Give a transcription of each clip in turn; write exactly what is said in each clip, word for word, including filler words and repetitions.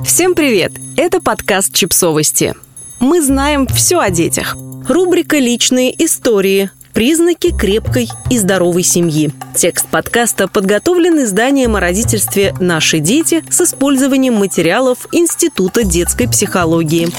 Всем привет! Это подкаст «Чипсовости». Мы знаем все о детях. Рубрика «Личные истории». Признаки крепкой и здоровой семьи. Текст подкаста подготовлен изданием о родительстве «Наши дети» с использованием материалов Института детской психологии.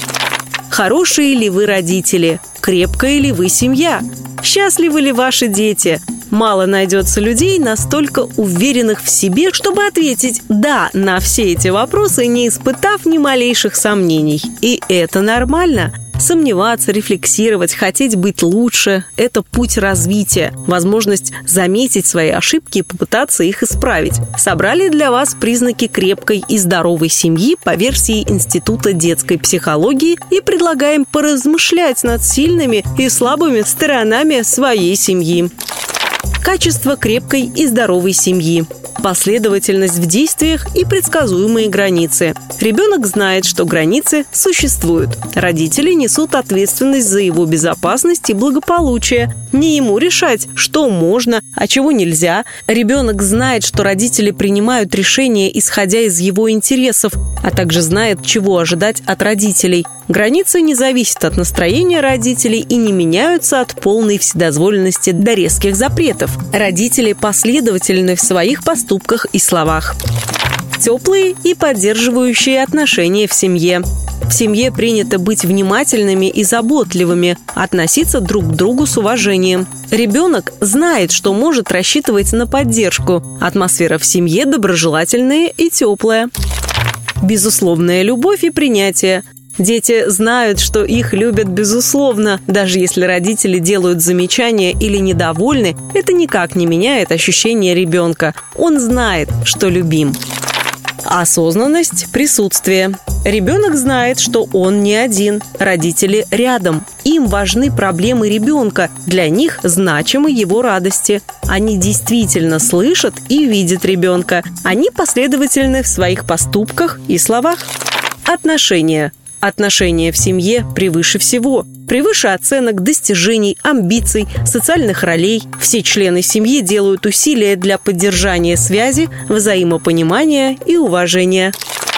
Хорошие ли вы родители? Крепкая ли вы семья? Счастливы ли ваши дети? Мало найдется людей, настолько уверенных в себе, чтобы ответить «да» на все эти вопросы, не испытав ни малейших сомнений. И это нормально. Сомневаться, рефлексировать, хотеть быть лучше – это путь развития, возможность заметить свои ошибки и попытаться их исправить. Собрали для вас признаки крепкой и здоровой семьи по версии Института детской психологии и предлагаем поразмышлять над сильными и слабыми сторонами своей семьи. Качество крепкой и здоровой семьи. Последовательность в действиях и предсказуемые границы. Ребенок знает, что границы существуют. Родители несут ответственность за его безопасность и благополучие. Не ему решать, что можно, а чего нельзя. Ребенок знает, что родители принимают решения, исходя из его интересов, а также знает, чего ожидать от родителей. Границы не зависят от настроения родителей и не меняются от полной вседозволенности до резких запретов. Родители последовательны в своих поступках и словах. Теплые и поддерживающие отношения в семье. В семье принято быть внимательными и заботливыми, относиться друг к другу с уважением. Ребенок знает, что может рассчитывать на поддержку. Атмосфера в семье доброжелательная и теплая. Безусловная любовь и принятие. Дети знают, что их любят безусловно. Даже если родители делают замечания или недовольны, это никак не меняет ощущение ребенка. Он знает, что любим. Осознанность, присутствие. Ребенок знает, что он не один. Родители рядом. Им важны проблемы ребенка. Для них значимы его радости. Они действительно слышат и видят ребенка. Они последовательны в своих поступках и словах. Отношения. Отношения в семье превыше всего. Превыше оценок, достижений, амбиций, социальных ролей. Все члены семьи делают усилия для поддержания связи, взаимопонимания и уважения.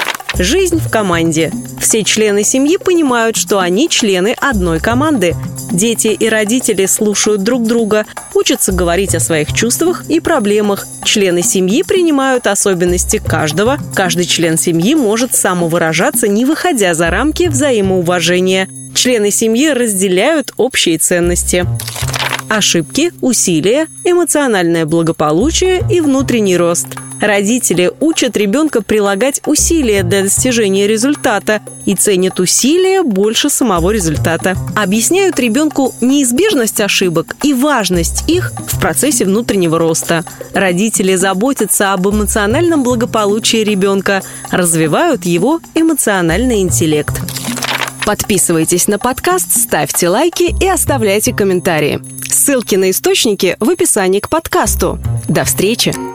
Жизнь в команде. Все члены семьи понимают, что они члены одной команды. Дети и родители слушают друг друга, учатся говорить о своих чувствах и проблемах. Члены семьи принимают особенности каждого. Каждый член семьи может самовыражаться, не выходя за рамки взаимоуважения. Члены семьи разделяют общие ценности. Ошибки, усилия, эмоциональное благополучие и внутренний рост. Родители учат ребенка прилагать усилия для достижения результата и ценят усилия больше самого результата. Объясняют ребенку неизбежность ошибок и важность их в процессе внутреннего роста. Родители заботятся об эмоциональном благополучии ребенка, развивают его эмоциональный интеллект. Подписывайтесь на подкаст, ставьте лайки и оставляйте комментарии. Ссылки на источники в описании к подкасту. До встречи!